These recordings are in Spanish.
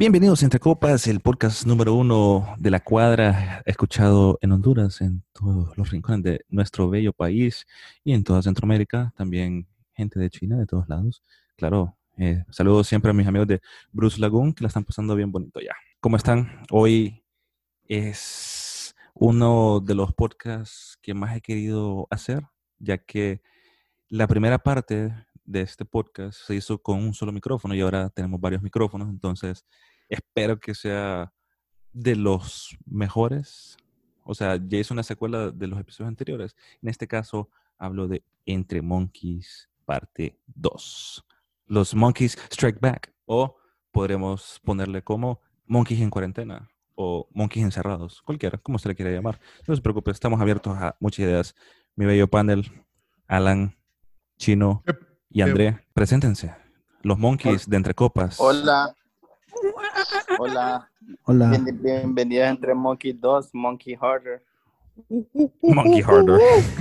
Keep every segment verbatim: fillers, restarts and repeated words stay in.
Bienvenidos a Entre Copas, el podcast número uno de la cuadra, escuchado en Honduras, en todos los rincones de nuestro bello país y en toda Centroamérica, también gente de China, de todos lados. Claro, eh, saludos siempre a mis amigos de Bruce Lagoon, que la están pasando bien bonito ya. ¿Cómo están? Hoy es uno de los podcasts que más he querido hacer, ya que la primera parte de este podcast se hizo con un solo micrófono y ahora tenemos varios micrófonos, entonces espero que sea de los mejores. O sea, ya hice una secuela de los episodios anteriores. En este caso, hablo de Entre Monkeys parte dos. Los Monkeys Strike Back. O podremos ponerle como Monkeys en cuarentena o Monkeys encerrados. Cualquiera, como se le quiera llamar. No se preocupe, estamos abiertos a muchas ideas. Mi bello panel, Alan, Chino y André, preséntense. Los Monkeys de Entre Copas. Hola. Hola. Hola. Bien, bienvenidos a Entre Monkey dos, Monkey Harder. Monkey Harder.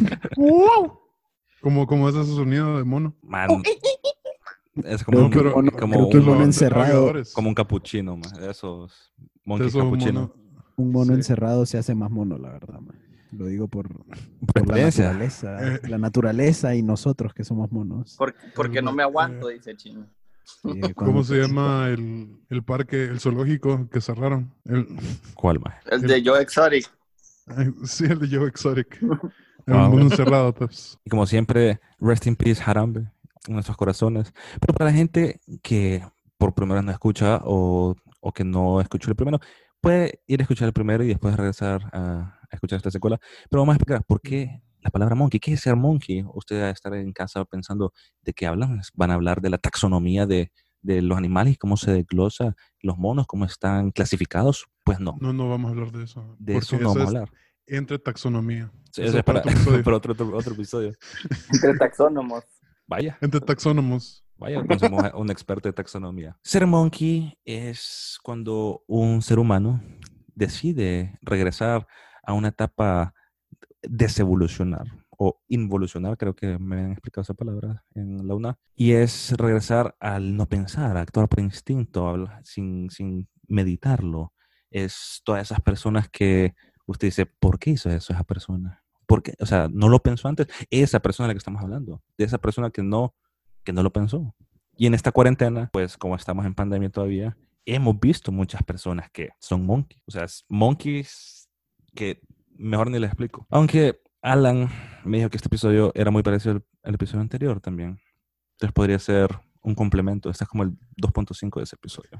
¿Cómo, cómo es ese sonido de mono? Man, es como Creo un, que pero- mono- como creo que un- mono de encerrado, navegadores. como un capuchino, man. Esos De Monkeys esos capuchino. mono- un mono Sí. encerrado se hace más mono, la verdad, man. Lo digo por, Por por la experiencia. naturaleza, Eh. la naturaleza y nosotros que somos monos. Por- porque no me aguanto, Eh. dice Chino. Sí, ¿Cómo cuando- se llama el, el parque, el zoológico que cerraron? El, ¿Cuál, man? El de Joe Exotic. ay, sí, el de Joe Exotic. El Wow. mono encerrado, pues. Y como siempre, rest in peace, Harambe, en nuestros corazones. Pero para la gente que por primera vez no escucha o, o que no escuchó el primero, puede ir a escuchar el primero y después regresar a, a escuchar esta secuela. Pero vamos a explicar por qué la palabra monkey. ¿Qué es ser monkey? Usted va a estar en casa pensando de qué hablan. Van a hablar de la taxonomía de, de los animales y cómo se desglosa los monos, cómo están clasificados. Pues no, No, no vamos a hablar de eso. de porque eso no vamos a es hablar. entre taxonomía. Sí, Eso eso es para, para otro episodio. para otro, otro, otro episodio. Entre taxónomos. Vaya. Entre taxónomos. Vaya, pues somos un experto de taxonomía. Ser monkey es cuando un ser humano decide regresar a una etapa desevolucionar o involucionar, creo que me han explicado esa palabra en la UNA, y es regresar al no pensar, a actuar por instinto, habla- sin, sin meditarlo. Es todas esas personas que usted dice, ¿por qué hizo eso esa persona? ¿Por qué? O sea, no lo pensó antes. Esa persona de la que estamos hablando, de esa persona que no, que no lo pensó. Y en esta cuarentena, pues como estamos en pandemia todavía, hemos visto muchas personas que son monkeys. O sea, es monkeys que mejor ni les explico. Aunque Alan me dijo que este episodio era muy parecido al, al episodio anterior también. Entonces podría ser un complemento. Este es como el dos punto cinco de ese episodio.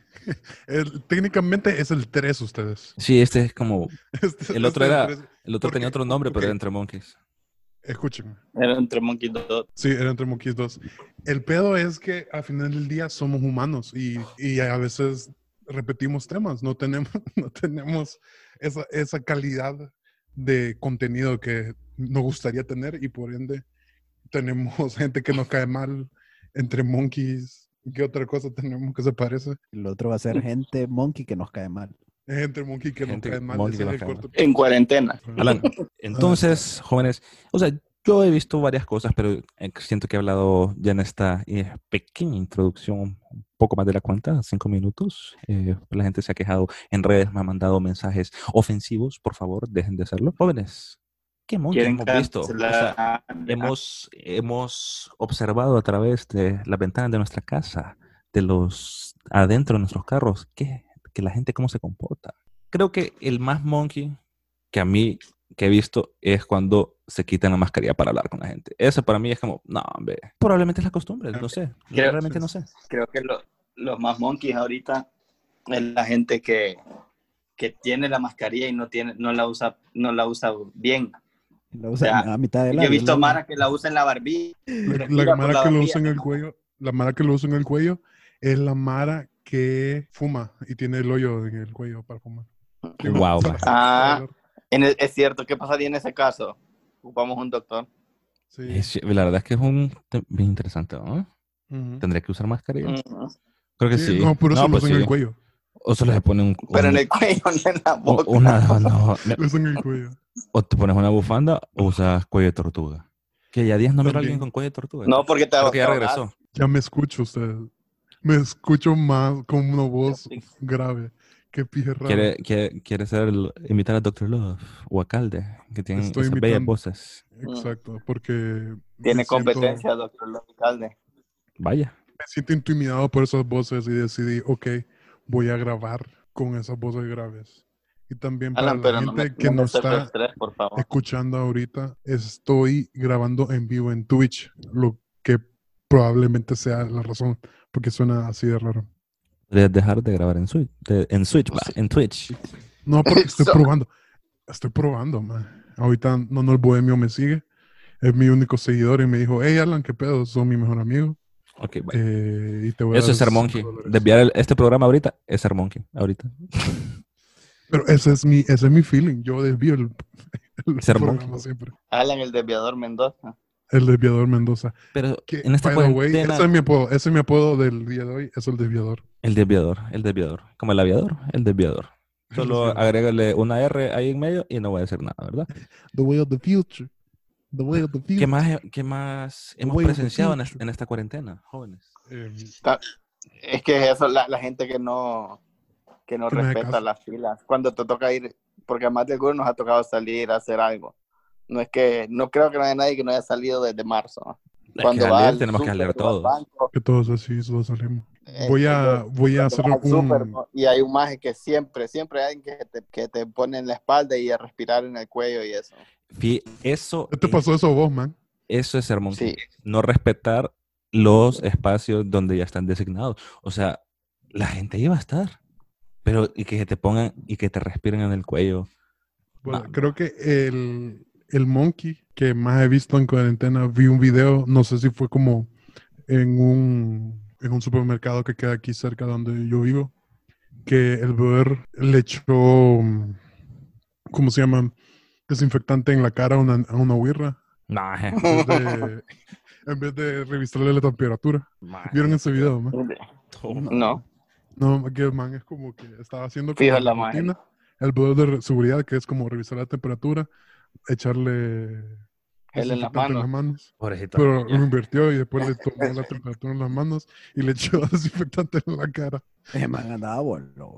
El- técnicamente es el tres ustedes. Sí, este es como... Este- El otro este es era- el tres. El otro Porque- tenía otro nombre, pero ok. era Entre Monkeys. Escúchenme. Era Entre Monkey dos. Sí, era entre Monkeys dos. El pedo es que al final del día somos humanos y, y a veces repetimos temas. No tenemos, no tenemos esa, esa calidad de contenido que nos gustaría tener y por ende tenemos gente que nos cae mal entre monkeys. ¿Qué otra cosa tenemos que se parece? El otro va a ser gente monkey que nos cae mal. Entre monkey que Gente nos cae mal. monkey Ese que es nos el cae corto- En cuarentena. Alan, entonces, jóvenes, o sea, yo he visto varias cosas, pero eh, siento que he hablado ya en esta eh, pequeña introducción, un poco más de la cuenta, cinco minutos. Eh, la gente se ha quejado en redes, me ha mandado mensajes ofensivos, por favor, dejen de hacerlo. Jóvenes, ¿qué monkey Quieren hemos visto? O sea, cancelar. hemos, hemos observado a través de las ventanas de nuestra casa, de los adentro de nuestros carros, que, que la gente cómo se comporta. Creo que el más monkey que a mí que he visto es cuando se quitan la mascarilla para hablar con la gente. Eso para mí es como, no, hombre, probablemente es la costumbre, no sé, Creo- realmente no sé. Creo que lo- los más monkeys ahorita es la gente que, que tiene la mascarilla y no, tiene, no, la, usa, no la usa bien. La usa Ya. a mitad de Yo la he visto Mara que la usa en la barbilla. La, respira la por mara la que lo barbilla. usa en el cuello, la mara que lo usa en el cuello es la mara que fuma y tiene el hoyo en el cuello para fumar. Wow, Para- man. Ah. En el- es cierto, ¿qué pasaría en ese caso? Ocupamos un doctor. Sí. Es- la verdad es que es un tema bien interesante, ¿no? Ujú. ¿Tendría que usar mascarilla? Mm. Creo que Sí, sí. no, por eso lo pues usa en sí. el cuello. O se les pone un... Pero un- en el cuello, no en la o- boca. una, no, me- Lo usa en el cuello. o te pones una bufanda o usas cuello de tortuga. Que ya días no miro a alguien También. con cuello de tortuga. No, porque te Creo que ya te regresó. ahogas. Ya me escucho usted. me escucho más con una voz grave. Qué pierra. ¿Quiere, quiere, quiere ser el, imitar a doctor Love o a Calde, que tienen Estoy esas bellas imitando. voces? Exacto, porque me Tiene siento, competencia, doctor Alcalde. Vaya. me siento intimidado por esas voces y decidí, ok, voy a grabar con esas voces graves. Y también para Alan, la pero no me, gente que no me no sueltes está estrés, por favor. escuchando ahorita, estoy grabando en vivo en Twitch, lo que probablemente sea la razón, porque suena así de raro. Podrías dejar de grabar en Switch, de- en Switch, va, Sí. en Twitch. No, porque estoy So- probando. Estoy probando, man. Ahorita no, no el bohemio me sigue. Es mi único seguidor y me dijo, hey Alan, ¿qué pedo? Sos mi mejor amigo. Ok, vaya. Eh, y te voy a Eso dar es ser cinco monkey. dólares. Desviar el- este programa ahorita es ser monkey. Ahorita. Pero ese es mi, ese es mi feeling. Yo desvío el, el Ser programa monkey. siempre. Alan, el desviador Mendoza. El desviador Mendoza. Pero Que, en esta by the way, cuarentena, ese es mi apodo. Ese es mi apodo del día de hoy. Es el desviador. el desviador, el desviador. Como el aviador, el desviador. El Solo desviador. agrégale una R ahí en medio y no voy a decir nada, ¿verdad? The way of the future. The way of the future. ¿Qué más, qué más hemos way of the presenciado en, es- future. en esta cuarentena, jóvenes? Eh, Ta- Es que eso, la, la gente que no, que no Que no hace respeta caso. las filas. Cuando te toca ir, porque a más de algunos nos ha tocado salir a hacer algo. No es que, no creo que no haya nadie que no haya salido desde marzo. Es Cuando que va salir, al tenemos que súper salir o al todos. banco, que todos así, todos salimos. eh, Voy a, voy a cuando hacer vas al súper, un... ¿no? Y hay un maje que siempre, siempre hay alguien que te, que te pone en la espalda y a respirar en el cuello y eso. Fí- Eso, ¿Qué te es, pasó eso a vos, man? eso es ser monkey. Sí. No respetar los espacios donde ya están designados. O sea, la gente iba a estar. Pero y que te pongan y que te respiren en el cuello. Bueno, No, creo que el, el monkey que más he visto en cuarentena, vi un video, no sé si fue como en un, en un supermercado que queda aquí cerca de donde yo vivo, que el brother le echó, mm, ¿cómo se llama? Desinfectante en la cara a una, a una birra, maje, en vez de, en vez de revisarle la temperatura. maje. ¿Vieron ese video, man? No. No, que el man es como que estaba haciendo como Fijo la la maje. rutina. El brother de re- seguridad, que es como revisar la temperatura, echarle Gel en las desinfectante en las manos. manos. Pobrecito. Pero lo invirtió y después le tomó la temperatura en las manos y le echó desinfectante en la cara. Eh, man, andaba bolo.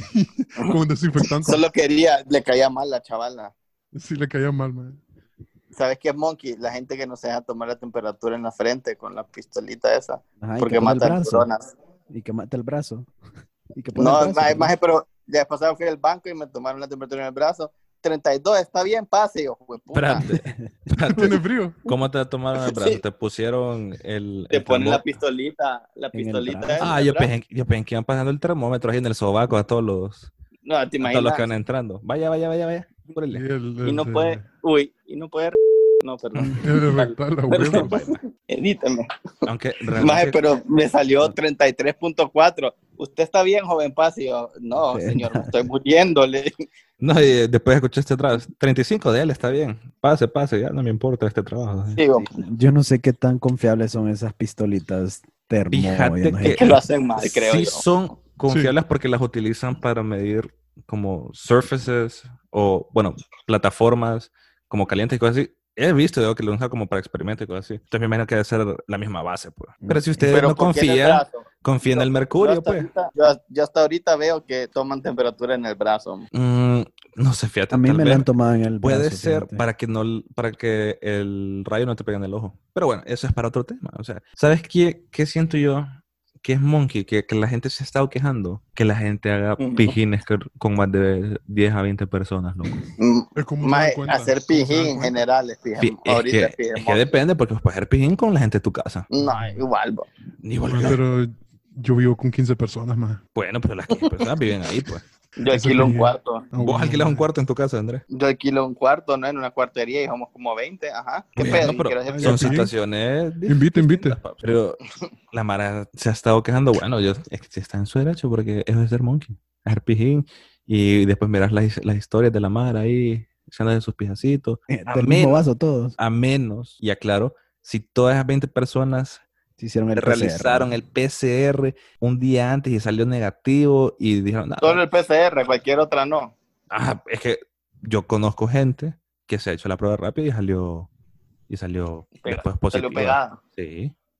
Con un desinfectante. Solo quería, le caía mal la chavala. Sí le caía mal, man. ¿Sabes qué es monkey? La gente que no se deja tomar la temperatura en la frente con la pistolita esa. Ajá, y Porque que pone el mata brazo. neuronas. Y que mata el brazo. Y que pone No, el brazo, maje, ¿verdad? maje, pero ya pasado fui al banco y me tomaron la temperatura en el brazo. treinta y dos, está bien, pase. Yo, jueputa. Espérate, espérate. Tiene frío. ¿Cómo te tomaron el brazo? Sí. ¿Te pusieron el, Te el ponen la termo- pistolita, la En el pistolita brazo. esa Ah, en el yo brazo. pensé, yo pensé que iban pasando el termómetro ahí en el sobaco a todos los, No, te a todos los imaginas. que van entrando. Vaya, vaya, vaya, vaya. Y Cúrele. el, Y el no de- puede, uy, y no puede. No, perdón. el rectal a Perdón. huevos. Edítame. Aunque Maje, realmente, pero me salió treinta y tres punto cuatro. ¿Usted está bien, joven Paz? Y yo, no, Sí. señor, me estoy muriendo. Le dije. no, y después escuchaste atrás, treinta y cinco de él, está bien. Pase, pase, ya no me importa este trabajo. Digo, Sí, yo no sé qué tan confiables son esas pistolitas termo. Fíjate yo no sé que- es que lo hacen mal, creo Sí yo. son confiables porque las utilizan para medir como surfaces o, bueno, plataformas como calientes y cosas así. He visto yo, que lo usan como para experimentos y cosas así. Entonces me imagino que debe ser la misma base, pues. Pero si usted Pero no ¿por qué en el confía, brazo? confía en Yo- el yo mercurio, hasta pues. ahorita- yo, yo hasta ahorita veo que toman temperatura en el brazo. Mm, no sé, fíjate. A mí tal me vez la han tomado en el brazo. puede ser fíjate. para que no, para que el rayo no te pegue en el ojo. Pero bueno, eso es para otro tema. O sea, ¿sabes qué, qué siento yo? Que es monkey, que, que la gente se ha estado quejando, que la gente haga Ujú. pijines que- con más de diez a veinte personas, loco. Mm, Es como se Maje, dan cuenta. hacer ¿Cómo se dan pijín en cuenta? general, es pijín. Fi- Es Ahorita que, es pijín es que monkey. depende, porque puedes hacer pijín con la gente de tu casa. No, igual, bo. Igual Ah, que- pero yo vivo con quince personas, más. Bueno, pero las quince personas viven ahí, pues. Yo Ese alquilo un pijín. cuarto. Ah, Vos bueno, alquilas un man. cuarto en tu casa, Andrés. Yo alquilo un cuarto, ¿no? En una cuartería y somos como veinte, ajá. ¿Qué Bueno, pedo? ¿Y pero quiero hacer Ah, son ya, fiesta? pijín. situaciones di- Invite, invite. distintas, papi. Pero la Mara se ha estado quejando. Bueno, yo, es que está en su derecho porque eso es ser monkey. Hacer pijín. Y después miras las, las historias de la Mara ahí, echándose sus pijacitos. Eh, a Del mismo menos- vaso todos. A menos, y aclaro, si todas esas veinte personas Se hicieron el P C R, realizaron ¿no? el P C R un día antes y salió negativo y dijeron, "No, Solo el P C R, cualquier otra no. ah, es que yo conozco gente que se ha hecho la prueba rápida y salió y salió Pega- después Salió positiva. pegada. Sí.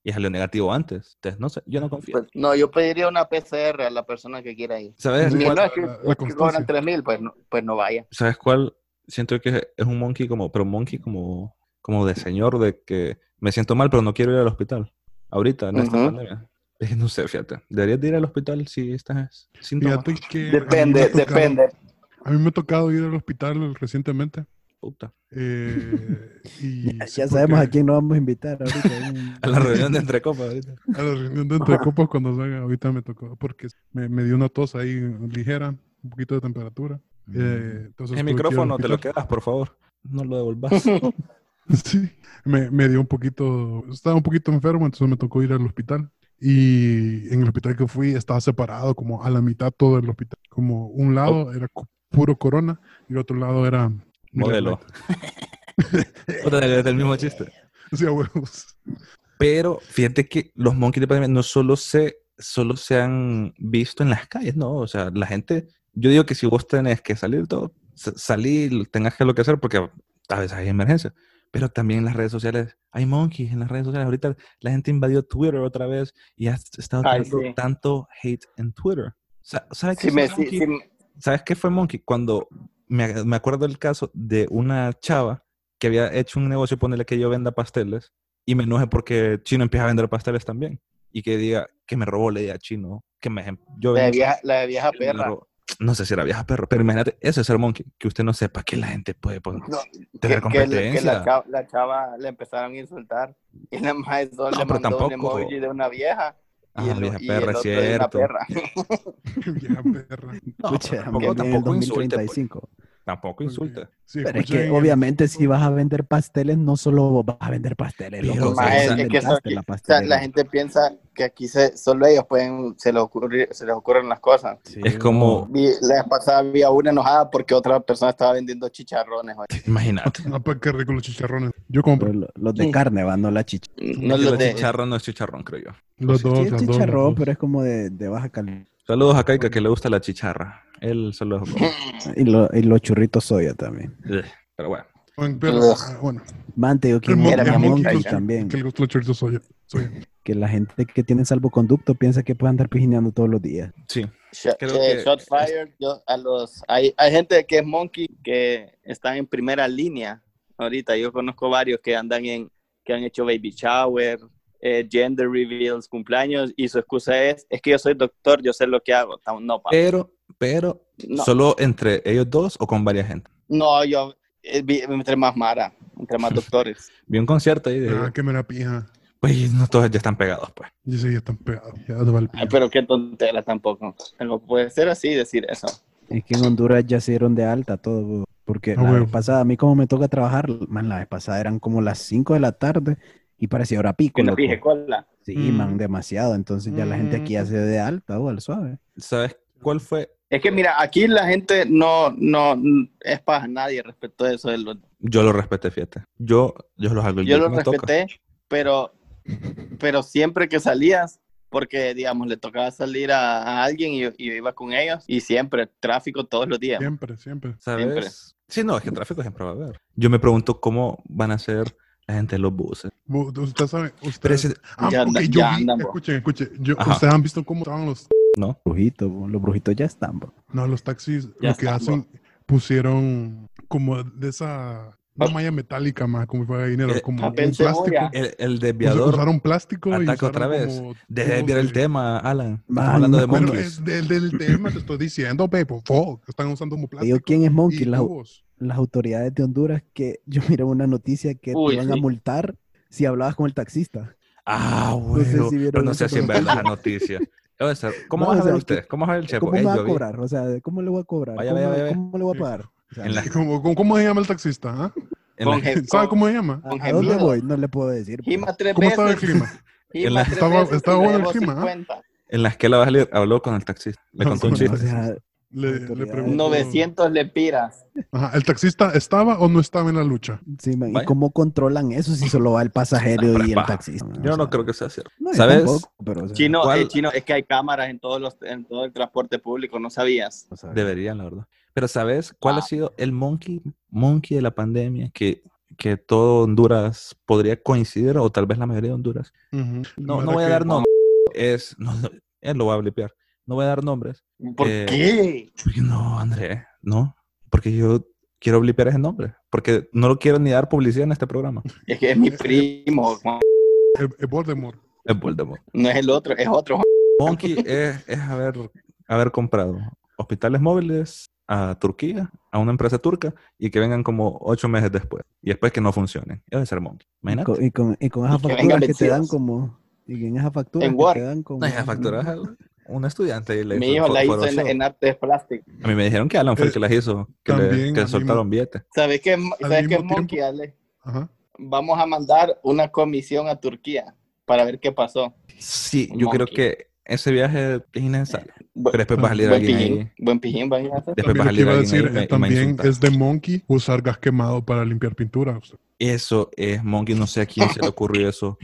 y salió negativo antes. Entonces, no sé, yo no confío. Pues, no, yo pediría una P C R a la persona que quiera ir. ¿Sabes Si cuál? no es que, La- la es que constancia. cobran tres mil, pues no, pues no vaya. ¿Sabes cuál? Siento que es un monkey como, pero un monkey como, como de señor, de que me siento mal, pero no quiero ir al hospital. Ahorita, en esta Ujú. pandemia. Es que no sé, fíjate. Deberías de ir al hospital si estás síntomas. Fíjate que a mí Depende, me ha tocado- depende. A mí me ha tocado ir al hospital recientemente. Puta. eh, y Ya, sí, ya sabemos porque a quién nos vamos a invitar ahorita. ¿eh? A la reunión de entre copas ahorita. A la reunión de entre copas cuando salga, ahorita me tocó, porque me, me dio una tos ahí ligera, un poquito de temperatura. Eh, entonces El tuve que ir al micrófono te lo hospital. quedas, por favor. No lo devolvas. Sí, me, me dio un poquito, estaba un poquito enfermo, entonces me tocó ir al hospital. Y en el hospital que fui estaba separado como a la mitad todo el hospital. Como un lado era cu- puro corona y el otro lado era Miller Modelo. Lite. Puta, es el mismo chiste. Sí, a huevos. Pero fíjate que los monkeys de pandemia no solo se, solo se han visto en las calles, no. O sea, la gente, yo digo que si vos tenés que salir todo, sa- salir, tengas que lo que hacer porque a veces hay emergencias. Pero también en las redes sociales hay monkeys en las redes sociales. Ahorita la gente invadió Twitter otra vez y ha estado Ay, teniendo sí. tanto hate en Twitter. Sa- ¿Sabes qué Sí, fue me, sí, monkey? sí, ¿Sabes qué fue monkey? Cuando me, me acuerdo del caso de una chava que había hecho un negocio, ponerle que yo venda pasteles y me enoje porque Chino empieza a vender pasteles también y que diga que me robó la idea Chino, que me, yo la de vendía vieja, la de vieja pasteles, me la perra. robó. No sé si era vieja perro, pero imagínate, eso es ser monkey, que usted no sepa que la gente puede poner, No, tener que, que, la- que competencia. la, chava, la chava le empezaron a insultar y la maestra No, le pero mandó un tampoco. emoji de una vieja y, Ah, el, vieja y perra, el es otro de una cierto. perra. Vieja perra. No, Pucha, pero tampoco, también en el tampoco insulte, pues. dos mil treinta y cinco. Tampoco insulte. Sí, Pero es que escuchen el- obviamente si vas a vender pasteles, no solo vos vas a vender pasteles, Pero, loco, Mae, vos es- es que eso inventaste aquí- la o sea, pastelería. la gente piensa que aquí se, solo ellos pueden, se les, ocurrir, se les ocurren las cosas. Sí, es como, Vi, la vez pasada había una enojada porque otra persona estaba vendiendo chicharrones. oye. imagínate. Ah, pues qué rico los chicharrones. Yo no, compro. los, los de carne van, no la chicha. No Es que los la de, chicharrón no es chicharrón, creo yo. Los Sí. dos, Sí, es las dos, las chicharrón, dos. pero es como de, de baja calidad. Saludos a Kaika que le gusta la chicharra. Él solo es come. Y, lo- y los churritos soya también. Ugh, pero bueno. Bueno, pero, Ugh. ah, bueno. Man, te digo que El, en mon- Era las el mi monkey amiga, monkeys los- también, que le gusta los choritos soya. soya. que la gente que tiene salvoconducto piensa que puede andar pijineando todos los días. Sí. Shot, Creo eh, que shot es- fired, yo a los hay, hay gente que es monkey que están en primera línea ahorita. Yo conozco varios que andan en que han hecho baby shower, eh, gender reveals, cumpleaños y su excusa es es que yo soy doctor, yo sé lo que hago. No, papá. Pero, pero, No. ¿solo entre ellos dos o con varias gente? No, yo eh, vi- entre más mara, entre más doctores. Vi un concierto ahí de... Ah, que me la pija. Pues no todos ya están pegados, pues. Y sí, ya están pegados. Ya te va el Ay, pija. pero qué tontera tampoco. No puede ser así decir eso. Es que en Honduras ya se dieron de alta todo, porque Ah, la vez huevo. pasada, a mí como me toca trabajar, man, la vez pasada eran como las cinco de la tarde y parecía hora pico, Que no loco. pije cola. Sí, Mm. man, demasiado. Entonces ya la gente aquí ya se dio de alta, o al suave. ¿Sabes cuál fue? Es que mira, aquí la gente no, no es para nadie respecto de eso. De los, Yo lo respeté, fíjate. Yo, yo los hago el yo día lo que me toca. respeté, pero, pero siempre que salías, porque digamos, le tocaba salir a, a alguien y, y yo iba con ellos, y siempre, tráfico todos los días. Siempre, siempre. ¿Sabes? Siempre. Sí, no, es que tráfico siempre va a haber. Yo me pregunto cómo van a ser la gente de los buses. Bu- Usted sabe, usted... Pero ese- Ah, Ya ok, anda- yo ya vi, andan, bo. escuchen, escuchen. Yo, Ajá. ustedes han visto cómo estaban los... ¿no? Brujitos, bo, los brujitos ya están, bo. No, los taxis Ya lo que están, hacen, pusieron como de esa... No malla metálica más, como si fuera dinero, Eh, como papel un plástico. cebolla. El, el Us- desviador Usaron plástico y ataca usaron otra vez. como Deje de tubos ver el de- tema, Alan. Man, Estamos hablando de no, Pero monkeys. es del, del tema, te estoy diciendo, Pepo. Fuck, están usando como Te plástico. digo quién es Monkey, y las, tubos. las autoridades de Honduras, que yo miré una noticia que Uy, te iban a sí. multar si hablabas con el taxista. Ah, No sé huevo. si vieron Pero no esa sé si en verdad esa noticia. Debe ser. ¿Cómo No, vas o a ver sea, usted? que- ¿Cómo va a ver el chepo? ¿Cómo Eh, me va yo a vi. cobrar? O sea, ¿cómo le voy a cobrar? Vaya, ¿Cómo, vaya, vaya. cómo le voy a pagar? O sea, En la- ¿Cómo, cómo, cómo se llama el taxista? ah? En la- Con je- ¿Sabe con- cómo se llama? ¿a, con a dónde gemidos. voy? No le puedo decir. pues. Gima tres ¿Cómo estaba el veces. clima? Gima En la- tres Estaba- veces estaba y le bueno el debo clima, ¿ah? cincuenta. En la esquela va a salir, habló con el taxista. Le No, contó un no, chiste. O sea, Le, le Autoridades. pregunto. novecientos lempiras. Ajá, ¿el taxista estaba o no estaba en la lucha? sí, man, ¿y Vaya. cómo controlan eso si solo va el pasajero No, pero es y el paja. taxista? Yo O no sea, creo que sea cierto. no, yo ¿Sabes? tampoco, pero, o sea, Chino, ¿Cuál? eh, chino, es que hay cámaras en todos los, en todo el transporte público, ¿no sabías? o sea, Deberían, la verdad. Pero ¿sabes cuál Ah. ha sido el monkey, monkey de la pandemia que, que todo Honduras podría coincidir, o tal vez la mayoría de Honduras. Ujú. No, no ¿Verdad voy a que- dar nombres. Es, no, no, él lo va a blipear. No voy a dar nombres. ¿Por Eh, qué? Porque no, André, no. Porque yo quiero blipear ese nombre. Porque no lo quiero ni dar publicidad en este programa. Es que es mi primo, Juan. Es, es Voldemort. Es Voldemort. No es el otro, es otro. Juan. Monkey es, es haber, haber comprado hospitales móviles a Turquía, a una empresa turca, y que vengan como ocho meses después. Y después que no funcionen. Eso debe ser Monkey. Y Imagínate. con, y con, y con esas Y que facturas vengan que te dan vencidos. como... Y en esas facturas En que Word. te dan como... No, esa factura es a un estudiante. Y le Mi hizo hijo la hizo en, Photoshop. en artes plásticas. A mí me dijeron que Alan fue el Eh, que las hizo, que, le, también que al soltaron mismo- billetes. ¿Sabes qué, Al ¿sabes qué es mismo Monkey, tiempo- Ale? Ajá. Vamos a mandar una comisión a Turquía para ver qué pasó. Sí, yo creo Monkey. que ese viaje es innecesario. Bu- Pero después va a salir buen alguien pijín, ahí. buen pijín, van a hacer. Después va a También lo que salir iba a alguien decir, ahí y me- eh, y me va a también insultar. es de Monkey usar gas quemado para limpiar pintura. O sea, Eso es Monkey, no sé a quién se le ocurrió eso.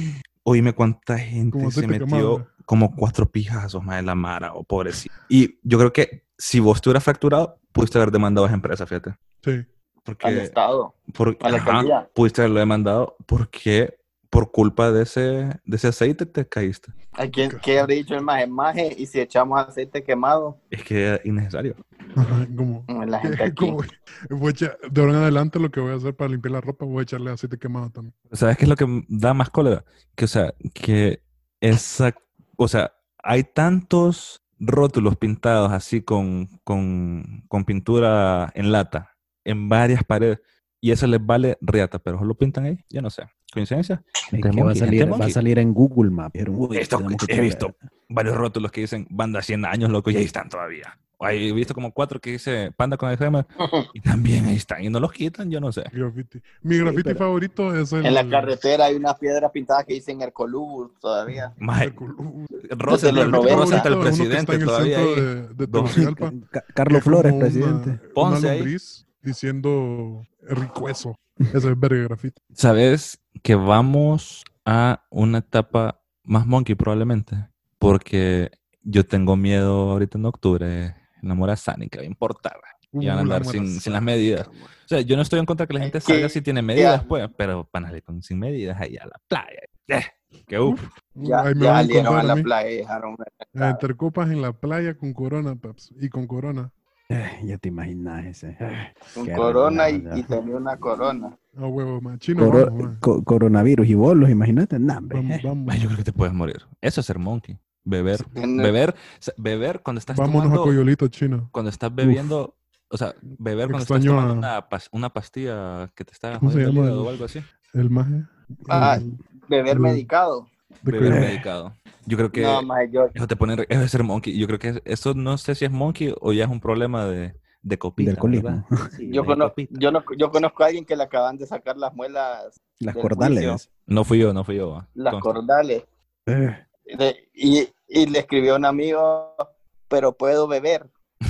Oíme cuánta gente Como se aceite metió quemado. como cuatro pijazos más en la mara, o pobrecito. Y yo creo que si vos te hubieras fracturado, pudiste haber demandado a esa empresa, fíjate. sí. Al Porque, Estado. por, a la ajá, alcaldía. pudiste haberlo demandado porque por culpa de ese, de ese aceite te caíste. ¿A quién, ¿Qué habría dicho el maje? Maje, y si echamos aceite quemado, Es que era innecesario. Ajá, como, la gente aquí. como- voy a echar- de ahora en adelante lo que voy a hacer para limpiar la ropa, voy a echarle aceite quemado también. ¿Sabes qué es lo que da más cólera? Que, o sea, que esa, o sea, hay tantos rótulos pintados así con, con, con pintura en lata en varias paredes y eso les vale riata, pero solo pintan ahí, yo no sé. ¿Coincidencia? Es Gente que va a monkey, salir, gente va a monkey. salir en Google Maps. Dijeron, uy, Esto- tenemos que he echarle- visto varios rótulos que dicen banda cien años, loco, y ahí están todavía. O he visto como cuatro que dice panda con Alzheimer y también ahí están y no los quitan, yo no sé. Graffiti. Mi graffiti pero- favorito es el... En la carretera hay unas piedras pintadas que dicen Hercolubus todavía. Maje, el cul- uh, Rosa, Desde los mi graffiti noventa. Rosa favorito el es uno que está presidente en el todavía ahí. centro de, de Dos. Tegucigalpa, Ca- que es Carlos como Flores, una- presidente. Una Ponce ahí. lombriz diciendo ricueso. Ese es verga graffiti. ¿Sabes que vamos a una etapa más monkey probablemente? Porque yo tengo miedo ahorita en octubre, en la Morazán, que va a importar. Y van a Uh, la andar sin, morazán. sin las medidas. O sea, yo no estoy en contra que la gente Es que- salga si tiene medidas, ya. pues, pero van a salir con sin medidas ahí a la playa. Eh, que uf. Ya, Ahí me ya van a salieron a encontrar a la mí. playa y dejaron una- A Entre copas en la playa con corona, paps. Y con corona. Ay, ya te imaginas ese. Ay, un qué corona y, relajo, y ya. tenía una corona. A huevo, man. Chino, Coro- vamos, man. co- coronavirus y bolos, imagínate. Nah, hombre, Vamos, eh. vamos. Ay, yo creo que te puedes morir. Eso es ser monkey. Beber. En- Beber, o sea, beber cuando estás Vámonos a tomando, Coyolito, chino. cuando estás bebiendo, o sea, beber cuando estás Extraño tomando a- una, pas- una pastilla que te está ¿Cómo se jodiendo el llama hígado el- o algo así. El maje. Ah, el- Beber el- medicado. de Beber Coyolito. medicado. Yo creo que No, maje, yo, eso te pone, eso es ser monkey. Yo creo que eso no sé si es monkey o ya es un problema de, de copita, De alcoholismo. ¿verdad? Sí, yo, de cono- copita. yo, no, yo conozco a alguien que le acaban de sacar las muelas, Las del cordales. juicio, No fui yo, no fui yo. las Consta. cordales. Eh, De- y, y le escribió a un amigo, pero puedo beber.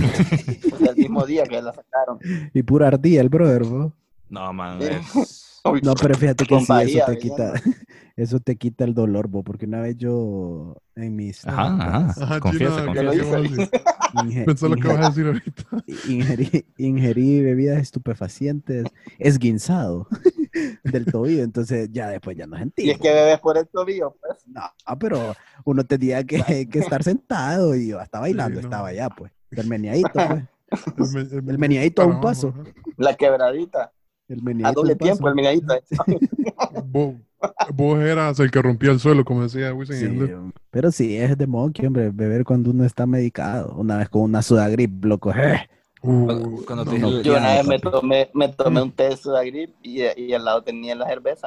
O sea, el mismo día que la sacaron. y pura ardilla el brother, ¿no? No, man, Sí. es... No, pero fíjate que Con sí, eso Bahía, te bebiendo. quita, eso te quita el dolor, bo, porque una vez yo en mis Ajá, noventas, ajá. Ajá, Confiesa, chino, confiesa. ¿qué vas a decir? inge- Pensó lo que inge- vas a decir ahorita. ingerí, ingerí bebidas estupefacientes, esguinzado del tobillo, entonces ya después ya no sentí. Y es bo. que bebes por el tobillo, pues. No, pero uno tenía que, que estar sentado y yo hasta bailando Sí, no. estaba ya, pues. El meneadito, pues. El, me- El meneadito a un para paso. abajo, ajá. La quebradita. El A meneadito doble un paso. tiempo, el miradita. Vos, vos eras el que rompía el suelo, como decía Wisin y Sí, Yandel. pero sí, es de monkey, hombre, beber cuando uno está medicado. Una vez con una sudagrip, loco. eh. Uh, Cuando- cuando te no, dije- Yo Ya, una vez me papi. tomé, me tomé Mm. un té de Sudagrip y, y al lado tenía la cerveza.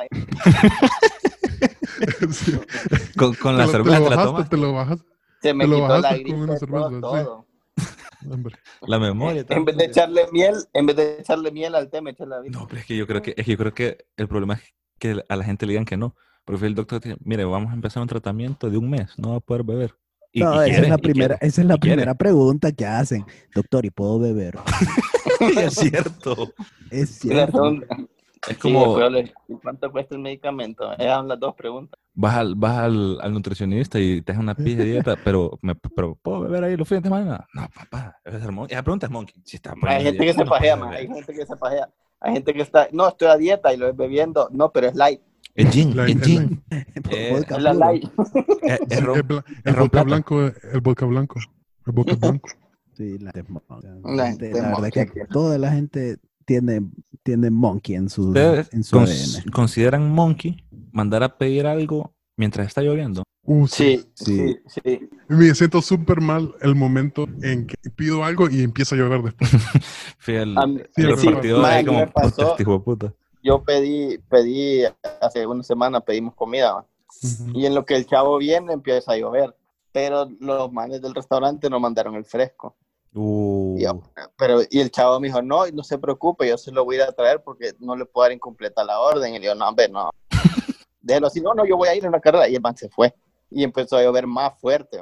sí. Con, con la Te lo- cerveza te te lo la bajaste, tomas, te lo bajaste, Se me Te lo quitó la bajaste gripe, con una todo, cerveza, sí. todo. hombre. la memoria. En vez de echarle miel, en vez de echarle miel al té, me eché la vida. No, pero es que yo creo que, es que yo creo que el problema es que a la gente le digan que no. Porque el doctor dice, mire, vamos a empezar un tratamiento de un mes, no va a poder beber. Y, No, y esa, quiere, es la y primera, quiere. esa es la y quiere. primera pregunta que hacen. Doctor, ¿y puedo beber? es cierto. Es Y la cierto. segunda- Es sí, como después le- ¿y cuánto cuesta el medicamento? Esas son las dos preguntas. vas al, vas al, al nutricionista y te hace una pija de dieta, pero, me, pero ¿puedo beber ahí los fines de semana? No, papá, esa es monkey. Esa pregunta es monkey. Si está Hay poniendo gente que dieta, se no pajea, puede man, hay beber. gente que se pajea. Hay gente que está, no, estoy a dieta y lo es bebiendo. No, pero es light. Es gin, La- es gin. Vodka Eh, Es la puro. light. Es, es Sí, ron- el, bla- es el ron vodka plata. blanco, el vodka blanco. El vodka blanco. Sí, la, gente- o sea, la La gente- gente la verdad monkey que aquí. toda la gente tiene, tiene monkey en su, ¿Ustedes en su cons- A D N. consideran monkey mandar a pedir algo mientras está lloviendo? Uh, sí. Sí, sí, sí. Me siento súper mal el momento en que pido algo y empieza a llover después. Fui al, A mí- Sí, al me repartidor pasó. ahí Ma, a mí como, me pasó. puta, este hijo de puta. Yo pedí, pedí, hace una semana pedimos comida, ¿va? Ujú. Y en lo que el chavo viene empieza a llover. Pero los manes del restaurante nos mandaron el fresco. Uh, Y, yo, pero, y el chavo me dijo, no, no se preocupe, yo se lo voy a ir a traer porque no le puedo dar incompleta la orden. Y yo, no, hombre, no. Déjelo así, no, no, yo voy a ir a una carrera. Y el man se fue. Y empezó a llover más fuerte.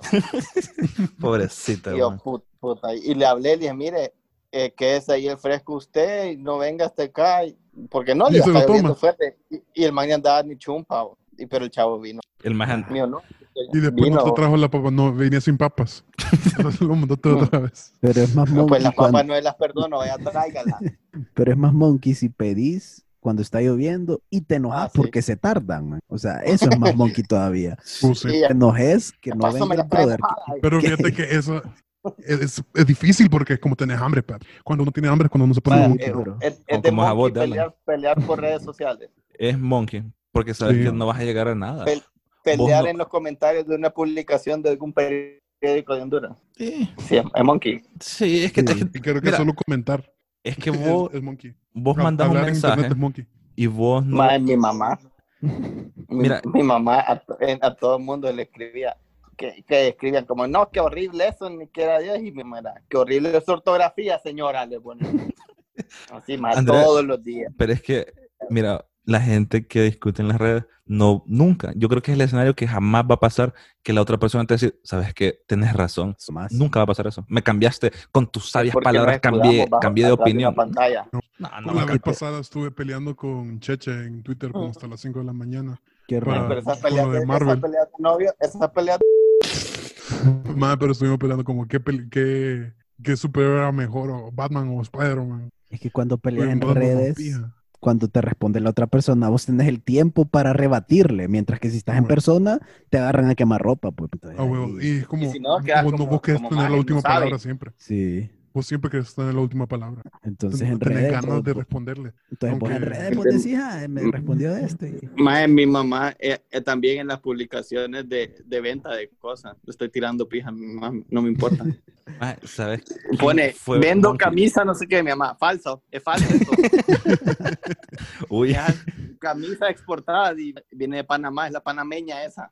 pobrecita, Y yo, man. "Put- puta", y le hablé, le dije, mire, eh, que es ahí el fresco usted, y no venga hasta acá, y- porque no, Y le se lo está lloviendo toma. fuerte. Y, y el man ya andaba ni chumpa, bo. Y, pero el chavo vino. El más Mío, ¿no? Y después Vino, no te bo. trajo la papa, no, venía sin papas. Entonces lo mandaste otra vez. Pero es más monkey Pues las cuando- papas no las perdono, vaya, tráigala. pero es más monkey si pedís cuando está lloviendo y te enojas Ah, sí. porque se tardan, man. O sea, eso es más monkey todavía. Uh, sí. Y Te ya, enojes que no paso, me venga la el trae brother. mojada. Pero ¿Qué? fíjate que eso es, es- es difícil porque es como tenés hambre, Pep. Cuando uno tiene hambre es cuando uno se pone Sí, monkey. Eh, pero- es, es Como- de como esa voz monkey de Alan. pelear, pelear por redes sociales. Es monkey, porque sabes Sí. que no vas a llegar a nada. Pel- Pelear no- en los comentarios de una publicación de algún periódico de Honduras. Sí, Sí, es monkey. sí, es que, Sí. es que, Y creo que mira, solo comentar es que es, vos, es monkey. vos Hab- mandas un Hablar en internet mensaje es monkey. y vos no... Más mi mamá. Mi, Mira. mi mamá a, to- en- a todo el mundo le escribía, que, que escribían como, no, qué horrible eso, ni que era Dios, y mi mamá era, qué horrible es su ortografía, señora, le ponen. Así más Andrea, todos los días. Pero es que, mira, la gente que discute en las redes, no, nunca. Yo creo que es el escenario que jamás va a pasar que la otra persona te dice, sabes que tenés razón. Eso más. Nunca va a pasar eso. Me cambiaste con tus sabias Porque palabras, nos cambié, escudamos bajo- cambié de atrás opinión. una pantalla. No, no, La no, vez que te- pasada estuve peleando con Cheche en Twitter como hasta las cinco de la mañana. Qué Para- raro. Pero esa con pelea, lo de esa Marvel. pelea de tu novio, esa pelea Madre, pero estuvimos peleando como qué, peli- qué, qué superhéroe era mejor, o Batman o Spider-Man. Es que cuando peleas en Estuvimos dándonos redes, pija. cuando te responde la otra persona, vos tenés el tiempo para rebatirle, mientras que si estás en Bueno. persona, te agarran a quemar ropa. Pues, entonces, Ah, huevo. ahí- Y es como, Y si no, quedas vos, no- como- vos querés como tener la maje, última no sabe. palabra siempre. Sí, Vos siempre querés tener la última palabra. entonces no en tenés redes, ganas vos- de vos- responderle. entonces vos en aunque- redes vos decís, ah, me respondió este. Más mi mamá eh, eh, también en las publicaciones de, de venta de cosas. Le estoy tirando pija a mi mamá, no me importa. Ah, ¿sabes? quién Pone, fue vendo monkey? camisa, no sé qué, mi mamá. Falso, es falso eso. Uy, Ya, camisa exportada y viene de Panamá, es la panameña esa.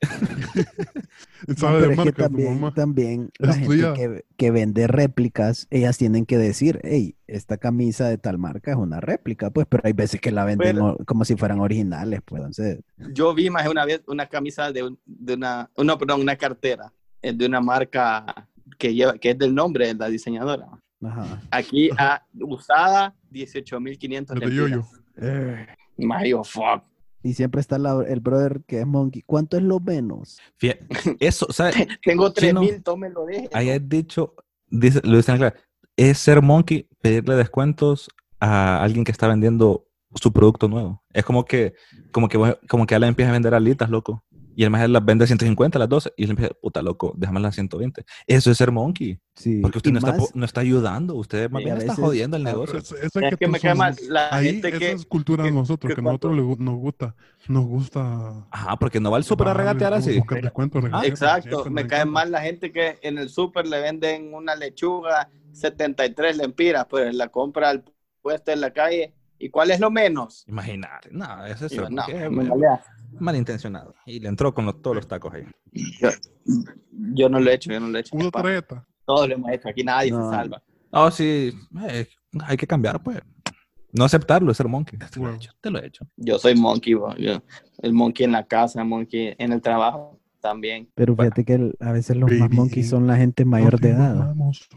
No, Sabe pero de es que marca tu también, mamá. también la Es gente tuya. que, que vende réplicas, ellas tienen que decir, hey, esta camisa de tal marca es una réplica, pues, pero hay veces que la venden Pero- o- como si fueran originales, pues, entonces, Yo vi más de una vez una camisa de, un- de una, no, perdón, una cartera eh, de una marca que lleva, que es del nombre de la diseñadora. ajá. Aquí a, usada dieciocho mil quinientos Es de Yoyo. Eh, Más yo, fuck. Y siempre está la- el brother que es monkey. ¿Cuánto es lo menos? fie- eso, ¿sabes? Tengo tres Chino, mil, tómelo, deje. Hayas dicho, dice, lo dicen claro, es ser monkey, pedirle descuentos a alguien que está vendiendo su producto nuevo. Es como que, como que, vos- como que Alan empieza a vender alitas, loco. Y el más las vende a ciento cincuenta las doce. Y él empieza, puta, loco, déjame las ciento veinte. Eso es ser monkey. Sí. Porque usted y no está, más- po- no está ayudando. Usted más Sí, bien a está veces- jodiendo el Ah, negocio. Eso- eso Es que me tú cae sos- mal la Ahí, gente esa que- es cultura de que- nosotros, que que, cuando- nosotros le gu- nos gusta, nos gusta Ajá, porque no va al súper a bajarle, regatear así. buscar descuentos, regatear, Exacto, siempre me nos cae encanta. mal la gente que en el súper le venden una lechuga setenta y tres lempiras, pues la compra al puesto en la calle. ¿Y cuál es lo menos? Imagínate. No, eso es Y yo, ser no, monkey, es me malea. malintencionado. Y le entró con los- todos los tacos ahí. Yo, yo no lo he hecho, yo no lo he hecho. Usa papá. tarjeta. Todos lo hemos hecho, aquí nadie No. se salva. Oh, sí, eh, hay que cambiar, pues. No aceptarlo es ser monkey. Te lo he Bueno. hecho, te lo he hecho. Yo soy monkey, bo. Yo- el monkey en la casa, el monkey en el trabajo también. Pero Bueno. fíjate que el- a veces los más Baby, monkeys son la gente mayor de edad.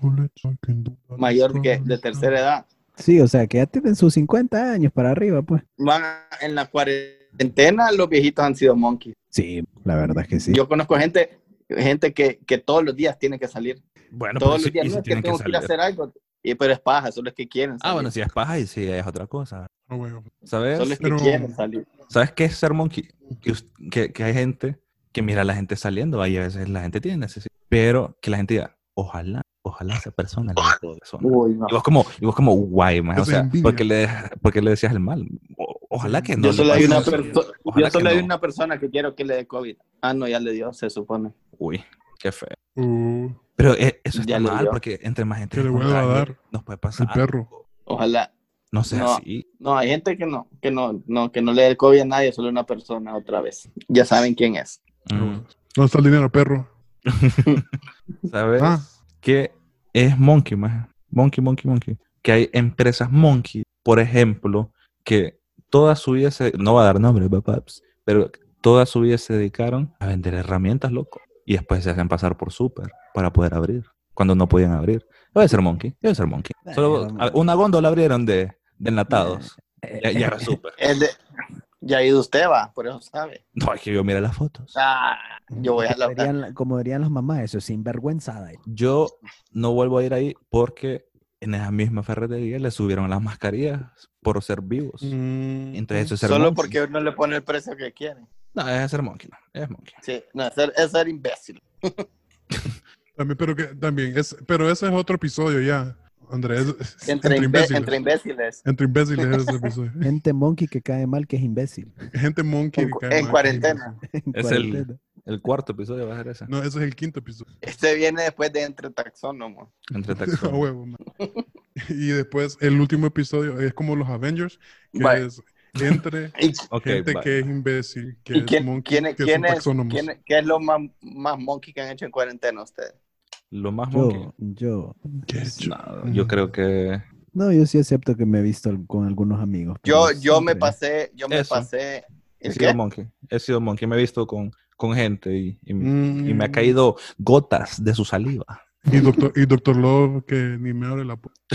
Mayor que de tercera edad. Sí, o sea, que ya tienen sus cincuenta años para arriba, pues. Van a- en la cuarentena, los viejitos han sido monkeys. Sí, la verdad es que sí. Yo conozco gente, gente que, que todos los días tiene que salir. Bueno, todos pero los sí, días y no si es que tienen que tengo que ir a salir. hacer algo. Y, pero es paja, solo es que quieren Ah, salir. bueno, si es paja y sí es otra cosa. Ah, huevo. ¿Sabes? Solo es que Pero- quieren salir. ¿Sabes qué es ser monkey? Que, us- que, que hay gente que mira a la gente saliendo, ahí a veces la gente tiene necesidad, pero que la gente diga, ojalá, ojalá esa persona le dé COVID. Uy, no. Y vos como, y vos como guay, man, o Esa sea, envidia. ¿por qué le, por qué le decías el mal? O- ojalá Sí. que no Yo le solo, hay pase una, eso. perso- Ojalá yo solo que hay no. una persona que quiero que le dé COVID. Ah, no, ya le dio, se supone. Uy, qué feo. Uh, Pero eh, eso está Ya le mal, dio. porque entre más gente Que le se vuelva a contagie, dar nos puede pasar. el perro. Ojalá. No sea No. así. No, hay gente que no, que no, no, que no le dé el COVID a nadie, solo una persona otra vez. Ya saben quién es. Mm. ¿Dónde está el dinero, perro? ¿Sabes? Ah. Que es monkey, más. Monkey, monkey, monkey. Que hay empresas monkey, por ejemplo, que toda su vida se... No va a dar nombre, papaps, pero toda su vida se dedicaron a vender herramientas, loco. Y después se hacen pasar por súper para poder abrir, cuando no podían abrir. Debe ser monkey, debe ser monkey. Solo Eh, a- una góndola abrieron de, de enlatados. Ya, ya es súper. Es de, ya ha ido usted, va, por eso sabe. No, es que yo miré las fotos. Ah, yo voy a Como la... dirían, como dirían las mamás, eso es sinvergüenzada. Yo no vuelvo a ir ahí porque en esa misma ferretería le subieron las mascarillas por ser vivos. Mm, Entonces eso es ser Solo monkey. porque uno le pone el precio que quiere. No, es ser monkey, no, es monkey. Sí, no, es ser, es ser imbécil. También, pero que también es, pero ese es otro episodio ya, Andrés. es- Entre, imbe- imbéciles. entre imbéciles. Entre imbéciles es ese episodio. Gente monkey que cae mal, que es imbécil. Gente monkey. En, que cu- cae en mal, cuarentena. En Es el- cuarentena. El cuarto episodio va a ser ese. No, ese es el quinto episodio. Este viene después de Entre Taxónomos. Entre A taxones. huevo, man. Y después el último episodio es como los Avengers, que Vale. es entre ¿Y, Ok, gente bye. que es imbécil, que y es quién, monkey, quién, es- que quién son es, taxónomos. quién es- qué es lo más, más monkey que han hecho en cuarentena ustedes? Lo más monkey. Yo, yo. ¿Qué he hecho? No, yo creo que No, yo sí acepto que me he visto al- con algunos amigos. pero Yo, yo me siempre- pasé, yo me Eso. pasé. he ¿El sido qué? monkey. He sido monkey. Me he visto con, con gente y, y- Mm. y me ha caído gotas de su saliva. Y doctor, y doctor Love que ni me abre la puerta.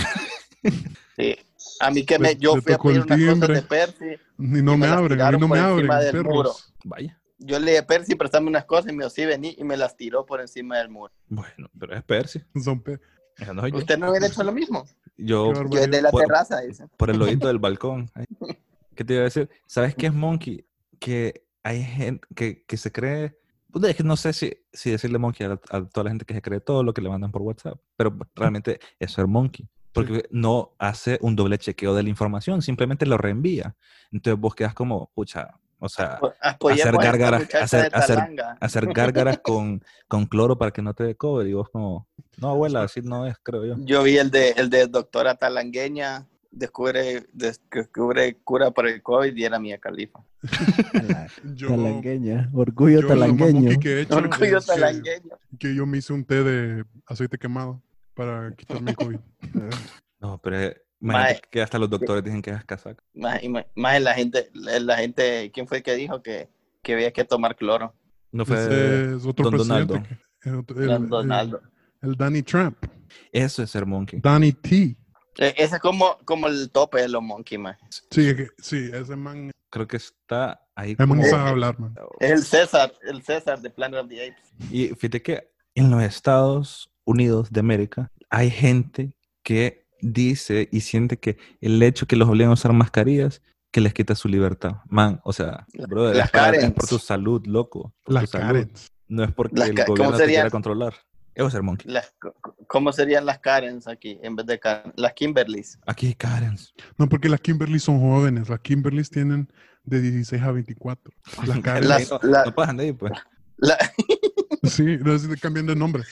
Sí. A mí que Le- me, yo le fui a tocó pedir el unas cosas timbre. de Percy. Ni no Y me me las abren, a mí tiraron no me por abren, encima del muro. perros. Vaya. Yo le dije, Percy, préstame unas cosas y me dijo, sí, vení, y me las tiró por encima del muro. Bueno, pero es Percy. Son pe- Esa no soy yo. ¿Usted no hubiera hecho lo mismo? Yo, Qué Yo barbaridad. desde la Por- terraza, dice. por el oído del balcón. Ay, ¿qué te iba a decir? ¿Sabes qué es monkey? Que hay gente que, que se cree... Pues, es que no sé si, si decirle monkey a, a toda la gente que se cree todo lo que le mandan por WhatsApp, pero realmente es ser monkey. Porque no hace un doble chequeo de la información, simplemente lo reenvía. Entonces vos quedas como, pucha, o sea, Apoyemos hacer a esta gárgaras, muchacha hacer- de hacer- Talanga. hacer gárgaras con, con cloro para que no te dé COVID. Y vos como, no, abuela, así no es, creo yo. Yo vi el de, el de doctora talangueña, descubre, descubre cura para el COVID y era Mia Khalifa. La Yo, talangueña, orgullo yo lo más talangueño. monkey que he hecho Orgullo es que, talangueño. que yo me hice un té de aceite quemado para quitarme el COVID. No, pero eh, imagínate Mae. que hasta los doctores dicen que es casaca. Más, ima- más la gente, la la gente, ¿quién fue el que dijo que, que había que tomar cloro? No fue Ese es otro Don presidente. Donaldo. que- el, otro- el- Don Donaldo. el- el Danny Trump. Eso es ser monkey. Danny T. Eh, Ese es como, como el tope de los monkey, man. Sí, es que- sí, ese man. Creo que está ahí. Ese man como- no sabe hablar, man. Es el César, el César de Planet of the Apes. Y fíjate que en los Estados Unidos de América hay gente que dice y siente que el hecho que los obligan a usar mascarillas que les quita su libertad. Man, o sea, brother, las es, para- es Karens. por tu salud, loco. Por Las tu salud. Karens. No es porque Las el ca- ¿cómo gobierno te sería? quiera controlar. Eso es ser monkey. Las, ¿Cómo serían las Karens aquí en vez de Karen? Las Kimberlys. Aquí hay Karens. No, porque las Kimberly son jóvenes. Las Kimberlys tienen de dieciséis a veinticuatro. Las Karens. Las- no, la- no pasan de ahí, pues. La- Sí, no sé si cambian de nombre.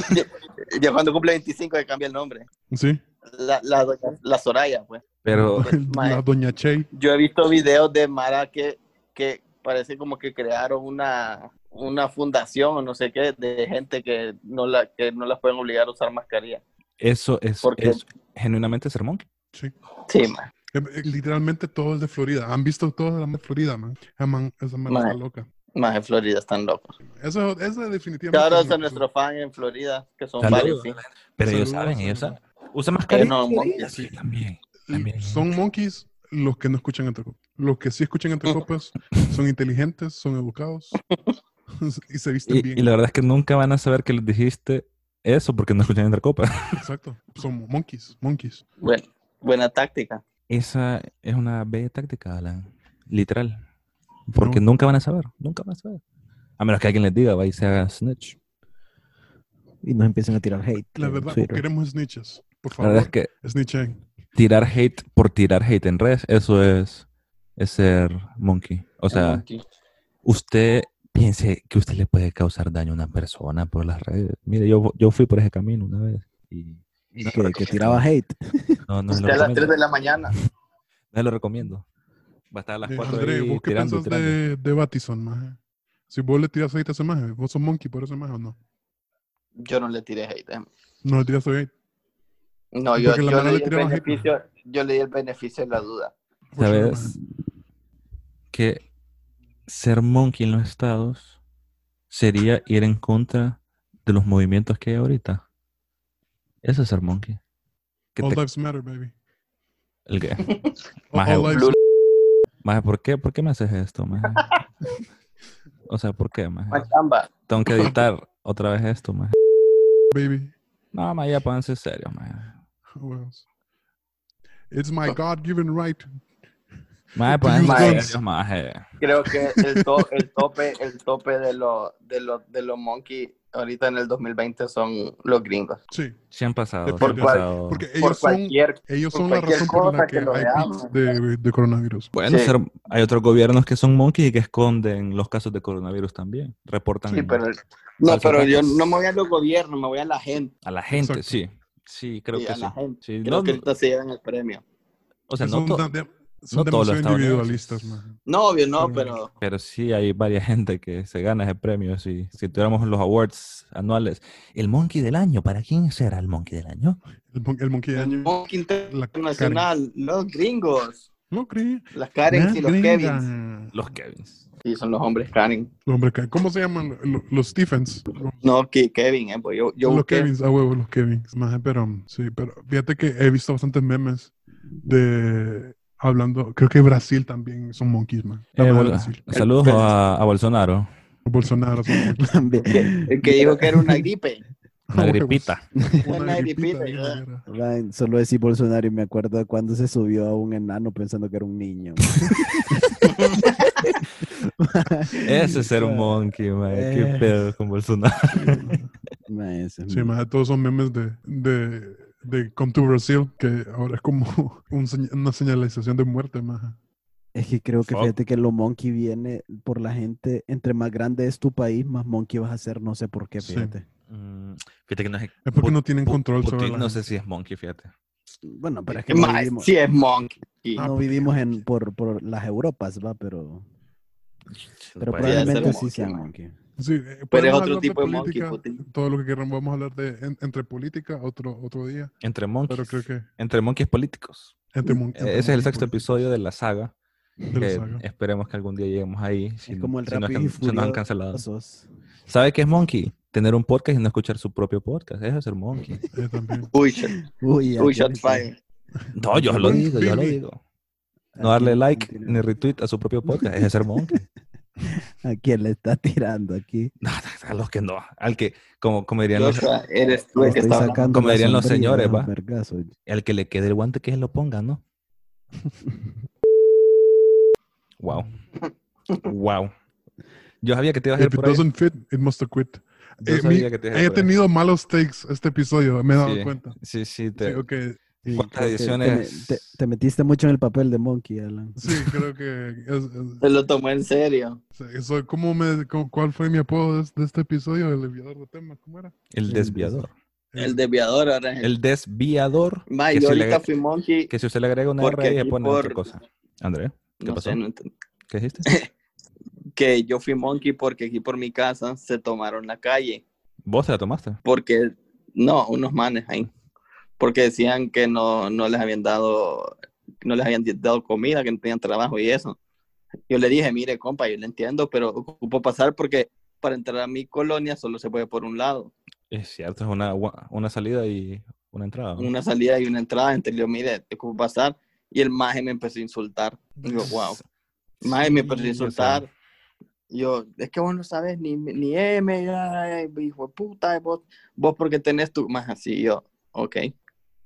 ya cuando cumple veinticinco le cambia el nombre. Sí. La, la, doña- la Soraya, pues. Pero Mae. La Doña Che. Yo he visto videos de Mara que, que parece como que crearon una, una fundación o no sé qué de gente que no, la, que no las pueden obligar a usar mascarilla. eso es, ¿Por qué? es genuinamente ser monkey. Sí. Sí, man. Eh, eh, Literalmente todo es de Florida. ¿Han visto todo de Florida, man? Esa man, esa man Mae. está loca. Más en Florida están locos. Eso, eso definitivamente. Claro, es a un- nuestros fans en Florida, que son Saludos. varios, sí. Pero ellos Saludos, saben, ellos saludos. saben. Usa mascarilla. no, monkey. Sí, también. Y también. son monkeys los que no escuchan entre copas. Los que sí escuchan entre copas son inteligentes, son educados y se visten Y, bien. y la verdad es que nunca van a saber que les dijiste eso porque no escuchan entre copas. Exacto. Son monkeys, monkeys. Bueno, buena táctica. Esa es una bella táctica, Alan. Literal. Porque No. nunca van a saber. Nunca van a saber. A menos que alguien les diga, va y se haga snitch. Y nos empiezan a tirar hate La en verdad, Twitter. queremos snitches. Por La verdad es favor, que snitchen. tirar hate por tirar hate en redes, eso es, es ser monkey. O sea, Monkey. usted piense que usted le puede causar daño a una persona por las redes. Mire, yo, yo fui por ese camino una vez. Y, y no se lo Que, que recomiendo. tiraba hate. No, no se lo Usted a las tres recomiendo. de la mañana. No se lo recomiendo. Va a estar a las Eh, cuatro André, ahí ¿vos qué tirando, pensás tirando. de, de Batison, maje? Si vos le tiras hate a ese maje, ¿vos sos monkey por ese maje o no? Yo no le tiré hate. eh. No le tiras hate. No, ¿Y yo, por qué la yo mara le le di el tiraba hate, beneficio, yo le di el beneficio de la duda. Por sure, maje. ¿Sabes? Que ser monkey en los estados sería ir en contra de los movimientos que hay ahorita. Eso es ser monkey. Que All te- lives matter, baby. ¿El qué? All, Maje, all lives Blue- maje, ¿por qué? ¿Por qué me haces esto, maje? O sea, ¿por qué, maje? Machamba. Tengo que editar otra vez esto, maje. baby. No, maje, ya pónganse serios, maje. What else? It's my God-given right. Maje, To pónganse use serios, guns. maje. Creo que el, to- el tope, el tope de los de los de los monkey ahorita en el dos mil veinte son los gringos. Sí, Sí han pasado, sí Por han definitivamente. cual- pasado. Porque Por ellos son, cualquier ellos por son la cualquier razón por la cosa que que lo hay veamos. pics de, de coronavirus. Bueno, Sí. ser- hay otros gobiernos que son monkeys y que esconden los casos de coronavirus también. Reportan Sí, pero no, falsos pero yo datos. no me voy a los gobiernos, me voy a la gente. a la gente, Exacto. sí. Sí, creo Sí, que a sí. la gente. Sí, Creo no, que no- ahorita se llevan el premio. o sea, Que no, son, to- da- de- son no todos los demasiado estadounidenses. individualistas, man. No, obvio, no, Pero- pero Pero sí hay varias gente que se gana ese premio. Si, si tuviéramos los awards anuales. El monkey del año, ¿para quién será el monkey del año? El, mon- el monkey el año. monkey La internacional, los gringos, No creí. las Karen y los Gringa. Kevins. Los Kevins. Sí, son los hombres Karen. Hombre, ¿qué- ¿cómo se llaman? Lo- Los Stephens. Los, No, que Kevin, eh, pues yo, yo los busqué. Kevins, a huevo, los Kevins. Maje, pero sí, pero fíjate que he visto bastantes memes de hablando, creo que Brasil también son monkeys, man. La Eh, verdad, bol- Brasil. saludos a, a Bolsonaro. Bolsonaro son monkeys. También. El que dijo que era una gripe. Una A huevos. gripita. Una Una gripita. gripita, bien ya. ligera. Ryan, solo decir Bolsonaro y me acuerdo de cuando se subió a un enano pensando que era un niño. Ese es ser un monkey, man. Qué Eh. pedo con Bolsonaro. Ma, ese es Sí, mi- más todos son memes de, de, de Come to Brazil, que ahora es como un señ- una señalización de muerte, más. Es que creo que Fuck. fíjate que lo monkey viene por la gente. Entre más grande es tu país, más monkey vas a ser. No sé por qué, Sí. fíjate. Mm, fíjate que no es. Es porque Pu- no tienen Pu- control sobre Putin la no sé gente. si es monkey, fíjate. Bueno, pero es que no Ma, vivimos, sí es monkey. Ah, no pues, vivimos en, por, por las Europas, va, pero, pero Puede Podría ser probablemente un sí monkey, sean man. monkey. Sí, eh, Pero es podemos otro hablar tipo de monkey, política, Putin. todo lo que queramos, vamos a hablar de en- entre política otro, otro día, Entre monkeys. pero creo que Entre monkeys políticos. entre, mon- entre Ese es el monkeys sexto políticos episodio de la saga. de la que saga. esperemos que algún día lleguemos ahí. Si, Es como el si no es rápido y que se nos han cancelado. furiosos. ¿Sabe qué es monkey? Tener un podcast y no escuchar su propio podcast. Eso es ser monkey. Eh, también. Uy, shot, Uy, uy, aquí shot ahorita- fire. No, yo lo digo, yo lo Billy. digo. No darle aquí- like aquí- ni retweet a su propio podcast. Ese es ser monkey. ¿A quién le está tirando aquí? No, a los que no. Al que, como, como dirían los, Joshua, eres tú Le el que estoy está hablando. sacando como la dirían los sombrilla señores, de los va. vergazos. al que le quede el guante que se lo ponga, ¿no? Wow. Wow. Yo sabía que te ibas a ir If it por ahí. doesn't fit, it must have quit. Yo Eh, sabía mi- que te ibas a ir he por ahí. tenido malos takes este episodio, me he dado Sí, cuenta. Sí, sí, te- Sí, ok. Sí, ¿Cuántas creo que ediciones? Te, me- te- te metiste mucho en el papel de monkey, Alan. Sí, creo que es, es- Se lo tomó en serio. sí, soy- ¿cómo me, cómo- ¿cuál fue mi apodo de, de este episodio? El desviador de temas, ¿cómo era? el El desviador. El desviador ahora es el. El desviador. Ma, que, yo si le, ahorita agre- fui monkey que si usted le agrega una porque R ahí, le aquí pone por- otra cosa. André, ¿qué no pasó? sé, no entendí. ¿qué dijiste? Que yo fui monkey porque aquí por mi casa se tomaron la calle. ¿Vos te la tomaste? Porque, no, unos manes ahí. Porque decían que no, no les habían dado, no les habían dado comida, que no tenían trabajo y eso. Yo le dije, mire, compa, yo le entiendo, pero ocupo pasar porque para entrar a mi colonia solo se puede por un lado. Es cierto, es una, una salida y una entrada. ¿no? Una salida y una entrada. Entonces yo, mire, ocupo pasar. Y el maje me empezó a insultar. Y yo, wow. Maje me empezó a Sí, insultar. Yo, es que vos no sabes ni, ni M, ay, hijo de puta, vos, vos porque tenés tu, más así, yo, ok.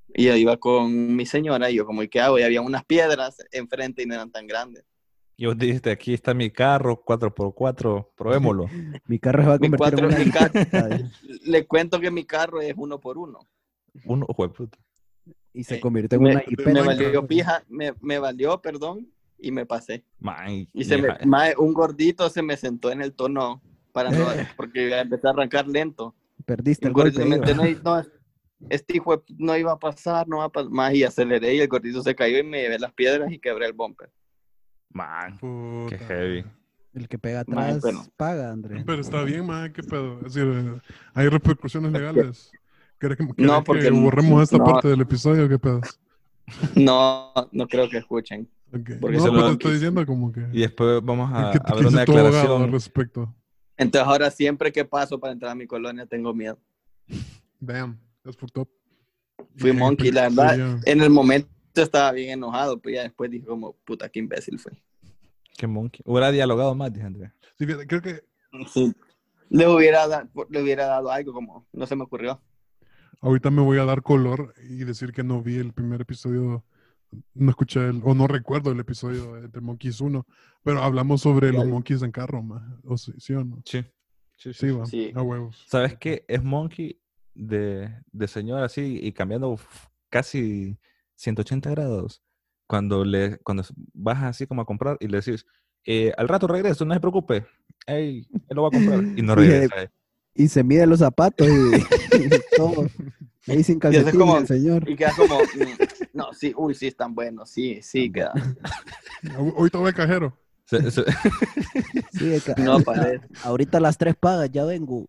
Y yo iba con mi señora y yo como, ¿qué hago? Y había unas piedras enfrente y no eran tan grandes. Y vos dijiste, aquí está mi carro, cuatro por cuatro, probémoslo. Mi carro se va a Mi convertir cuatro, en una mi ca- bicicleta, Le cuento que mi carro es uno por uno. Uno, jueputa. y se Eh, convirtió en me, una de jipeta. me Minecraft. valió pija, me, me valió, perdón, y me pasé. Man, Y se me, deja- mae, un gordito se me sentó en el tono para no, Eh. porque empecé a arrancar lento. Perdiste Y el el gordito golpe. me iba. dice, no, y- no, este hijo de- no iba a pasar, no va a pasar. Más y aceleré y el gordito se cayó y me llevé las piedras y quebré el bumper. man, Puta. qué heavy. El que pega Mae, atrás pero- paga, Andrés. Pero está bien, ma, qué pedo. Es decir, eh, hay repercusiones legales. ¿Querés que, querés No, porque que borremos esta no. parte del episodio? ¿Qué pedo? No, no creo que escuchen. Okay. Porque No, se pues lo- te estoy diciendo como que... Y después vamos a, ¿Qué, a qué ver una dice tu abogado al declaración. respecto? Entonces ahora siempre que paso para entrar a mi colonia tengo miedo. Damn, that's fucked up. Fui Y- monkey, la sí, verdad. ya. En el momento estaba bien enojado, pero ya después dije como, puta, qué imbécil fue. Qué monkey. Hubiera dialogado más, dije Andrés. Sí, fíjate, creo que Sí. Le hubiera, da- le hubiera dado algo como, no se me ocurrió. ahorita me voy a dar color y decir que no vi el primer episodio, no escuché el, o no recuerdo el episodio de, de Monkeys uno, pero hablamos sobre Ya los vi. monkeys en carro, ma. O sí, ¿sí o no? Sí. Sí, Sí, va, Sí. a huevos. ¿Sabes qué? Es monkey de, de señor así y cambiando f- casi ciento ochenta grados. Cuando le cuando vas así como a comprar y le decís, eh, al rato regreso, no se preocupe. Ey, él lo va a comprar. Y no Y, eh, regresa. eh. Y se mide los zapatos y, y todo. Ahí sin Y eso es calcetines como, el señor. y queda como, mm, no, sí, uy, sí, están buenos, sí, sí, queda. Ahor- Ahorita voy al cajero. Se- se- Sí, de que No, ahorita, parece. ahorita a las tres pagas, ya vengo.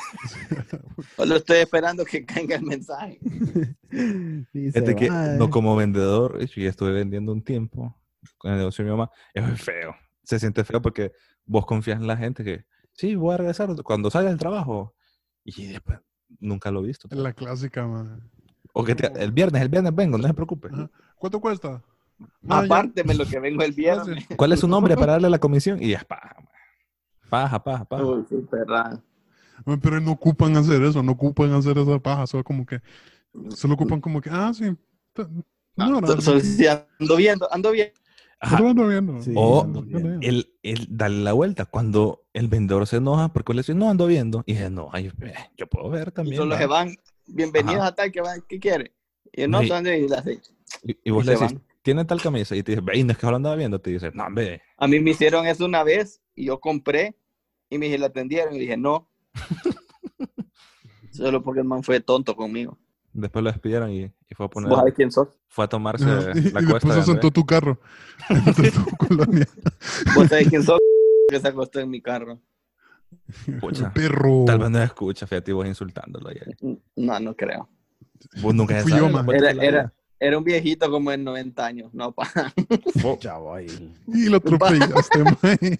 Solo estoy esperando que caiga el mensaje. Y se Fíjate que va, no eh. como vendedor, yo ya estuve vendiendo un tiempo con el negocio de mi mamá, es feo. Se siente feo porque vos confías en la gente que, sí, voy a regresar cuando salga del trabajo. Y después nunca lo he visto. La clásica, ma. O que te- el viernes, el viernes vengo, no se preocupe. Ajá. ¿Cuánto cuesta? Ah, ya. Apárteme lo que vengo el viernes. Gracias. ¿Cuál es su nombre para darle la comisión? Y ya es paja, man. Paja, paja, paja. Uy, sí, perra. Ma, Pero no ocupan hacer eso, no ocupan hacer esa paja, solo como que, solo ocupan como que, ah, sí. ta- No, So- so- sí, ando viendo, ando bien. Ajá. Solo ando viendo. Sí, O ando bien. el, el darle la vuelta cuando el vendedor se enoja porque le dice, no, ando viendo. Y dice, no, ay, eh, yo puedo ver Y también. solo va". se van. Bienvenidos Ajá. a tal que van, ¿qué quiere? Y yo, No, no, y- ¿dónde? Y la sé. Y, y vos y le se decís, van. ¿tiene tal camisa? Y te dice, ve, y no es que lo andaba viendo. Te dice, no, ve. A mí me hicieron eso una vez y yo compré y me dije, la atendieron y dije, no. Solo porque el man fue tonto conmigo. Después lo despidieron y, y fue a poner, ¿Vos sabés quién sos? fue a tomarse Ajá. Y, la y cuesta después de se sentó Andrés. tu carro. En tu colonia. ¿Vos sabés quién sos? Que se acostó en mi carro. Pucha. Perro. Tal vez no escucha, fíjate, y vos insultándolo. Y, No, no creo. vos nunca Fui sabes yo, la man. vuelta Era, de la era, vida. era un viejito como de noventa años. No, pa. Fo- Chaval, Y lo atropellaste, mae.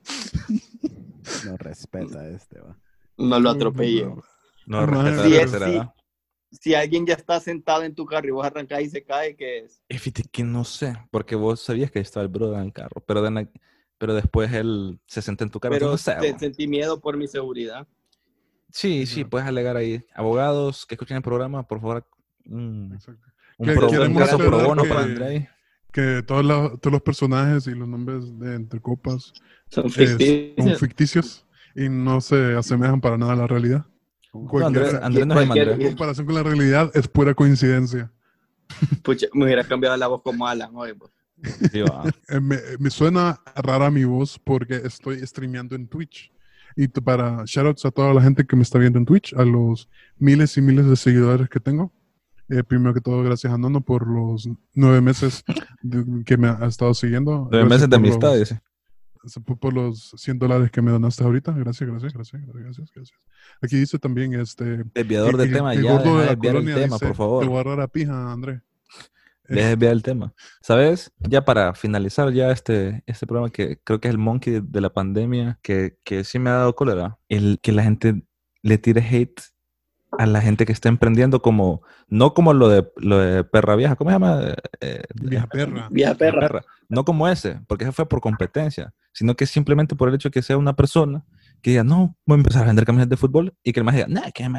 no respeta este, va. No lo atropellé. No Madre. respeta Sí, la es- tercera sí. edad. Si alguien ya está sentado en tu carro y vos arrancás y se cae, ¿qué es? Y fíjate que no sé, porque vos sabías que estaba el brother en el carro, pero, de na- pero después él se sentó en tu carro. Pero No sé, te- bo. sentí miedo por mi seguridad. Sí, sí, puedes alegar ahí. Abogados que escuchen el programa, por favor, un, Exacto. un, Que pro- un queremos caso pro aclarar bono que- para André. Que todos los, todos los personajes y los nombres de Entre Copas Son es- son ficticios. ficticios y no se asemejan para nada a la realidad. No, Cualquier- Andrés, Andrés no se llama cualquier- Andrés. En comparación con la realidad es pura coincidencia. Pucha, me hubiera cambiado la voz como Alan hoy. pues. Sí, va. Eh, me, me suena rara mi voz porque estoy streameando en Twitch. Y t- para shoutouts a toda la gente que me está viendo en Twitch, a los miles y miles de seguidores que tengo. Eh, primero que todo, gracias a Nono por los nueve meses de- que me ha estado siguiendo. Nueve Gracias meses de por los- amistad, dice. por, por los cien dólares que me donaste ahorita. Gracias, gracias, gracias, gracias, gracias. Aquí dice también este... Desviador de el- tema, el ya gordo deja de de la desviar el colonia tema, dice, por favor. Te voy a agarrar a pija, André. Deja de desviar el tema. ¿Sabes? Ya para finalizar ya este, este programa que creo que es el monkey de, de la pandemia, que, que sí me ha dado cólera, el que la gente le tire hate a la gente que está emprendiendo como, no como lo de, lo de perra vieja, ¿cómo se llama? Eh, Vieja perra. Vieja perra. perra. No como ese, porque eso fue por competencia, sino que simplemente por el hecho de que sea una persona que diga, no, voy a empezar a vender camisas de fútbol y que el más diga, nah, que me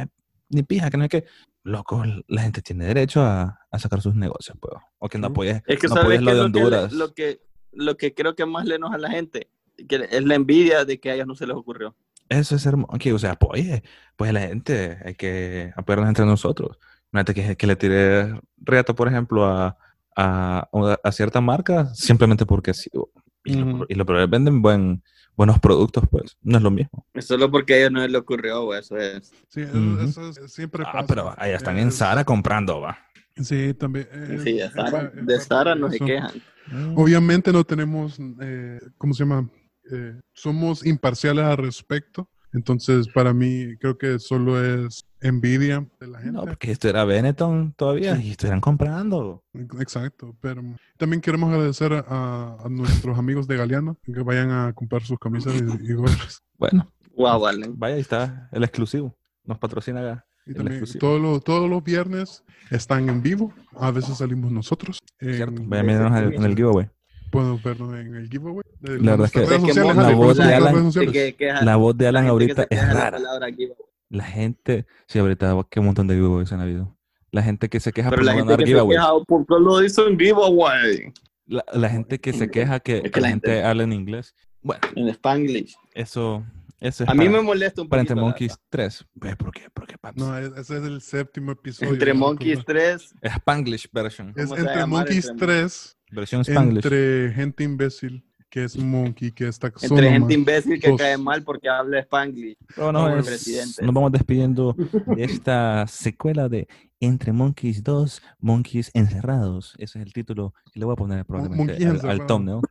ni pija, que no es que, loco, la gente tiene derecho a, a sacar sus negocios, pues. O que no apoyes, Es que no sabes apoyes que lo de lo que, le- Honduras. lo que lo que creo que más le enoja a la gente, que es la envidia de que a ellos no se les ocurrió. Eso es hermoso. Que, o sea, apoye. Pues la gente, hay que apoyarnos entre nosotros. Imagínate que, que le tire reto, por ejemplo, a, a, a cierta marca simplemente porque sí. Y, lo, Ujú. y lo peor es venden buen, buenos productos, pues. No es lo mismo. Solo porque a ellos no les le ocurrió, güey, eso es. Sí, eso, Ujú. eso es- siempre Ah, pasa. pero allá están en Es- Zara comprando, va. Sí, también. es- Sí, de es Sara, pa- es de parte Sara de no se eso. quejan. Obviamente no tenemos, eh, ¿cómo se llama? Eh, somos imparciales al respecto. Entonces, para mí, creo que solo es envidia de la gente. No, porque esto era Benetton todavía Sí. y estuvieran comprando. Exacto, pero también queremos agradecer a, a nuestros amigos de Galeano que vayan a comprar sus camisas y, y gorras. Bueno, Guau, Valen. vaya, ahí está el exclusivo. Nos patrocina acá. Y El también exclusivo. todos los, todos los viernes están en vivo. A veces salimos nosotros. Cierto. En- Vayan mirarnos en el- en el giveaway. Pueden vernos en el giveaway. De La verdad es nuestras que- redes Es que sociales, Mon- la Ale, voz ¿cuáles son de nuestras Alan- redes sociales? que queja- La voz de Alan la gente que ahorita se queja es de la rara. palabra giveaway. La gente, sí, ahorita qué montón de giveaways han habido. La gente que se queja Pero por la no gente ganar que se giveaways. queja, ¿por qué lo hizo en giveaway? La, la gente que se queja que, Es que que la la gente gente- habla en inglés. Bueno, En Spanglish. eso, eso es A mí para, me molesta un para poquito. Entre la Monkeys verdad. tres. Ve, ¿Por qué? ¿Por qué, paps? No, es- ese es el séptimo episodio. Entre ya Monkeys recordé. tres, Es Spanglish version. Es ¿Cómo se va a entre llamar? Monkeys Entre- tres, Versión Spanglish. entre gente imbécil, que es Monkey, que está entre gente imbécil que dos. cae mal porque habla Spanglish. Pero no, Ah, bueno. es- Presidente. nos vamos despidiendo de esta secuela de Entre Monkeys dos, Monkeys Encerrados. Ese es el título que le voy a poner probablemente Monkeys al, al Encerrados. thumbnail.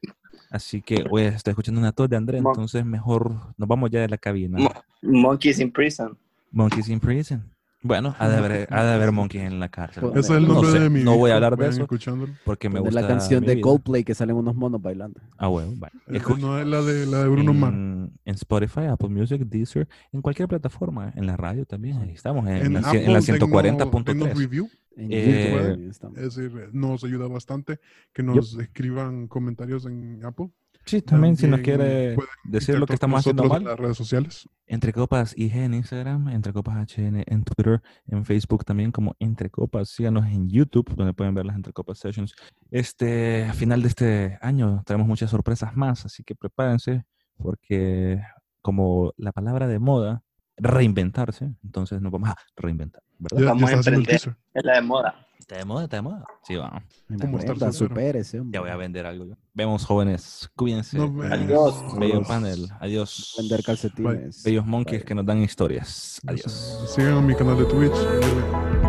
Así que hoy estoy escuchando una tos de Andrés, Mon- entonces mejor nos vamos ya de la cabina. Mo- Monkeys in Prison. Monkeys in Prison. Bueno, ha de haber, ha de haber monkeys en la cárcel. Ese Ese es el No nombre sé, de mi no voy a hijo, hablar de vayan eso escuchándolo. porque me Poner gusta la canción mi de vida. Coldplay que salen unos monos bailando. Ah, bueno, vale. Eh, Escucha No es la de, la de Bruno Mars. en, en Spotify, Apple Music, Deezer, en cualquier plataforma, en la radio también, ahí estamos, en, En la, cien- Apple, en la dennos- ciento cuarenta punto dennos tres. review. En Eh, YouTube también estamos. Es decir, nos ayuda bastante que nos escriban comentarios en Apple. Sí, también si nos También quiere pueden decir lo que interactuar con estamos haciendo nosotros mal, en las redes sociales. Entre Copas I G en Instagram, Entre Copas H N en Twitter, en Facebook también como Entre Copas. Síganos en YouTube, donde pueden ver las Entre Copas Sessions. Este, a final de este año traemos muchas sorpresas más, así que prepárense, porque como la palabra de moda, reinventarse, entonces nos vamos a reinventar, ¿verdad? Ya, ya Vamos a está haciendo el emprender. teaser. Es la de moda. ¿Está de moda? ¿Está de moda? Sí, vamos. ¿Cómo estar Emprenda, soltero? supérese, hombre. Ya voy a vender algo yo. Vemos, jóvenes. Cuídense. Nos vemos. Adiós. Bello Adiós. panel. Adiós. Vender calcetines. Bellos monkeys Bye. que nos dan historias. Adiós. Sigan mi canal de Twitch.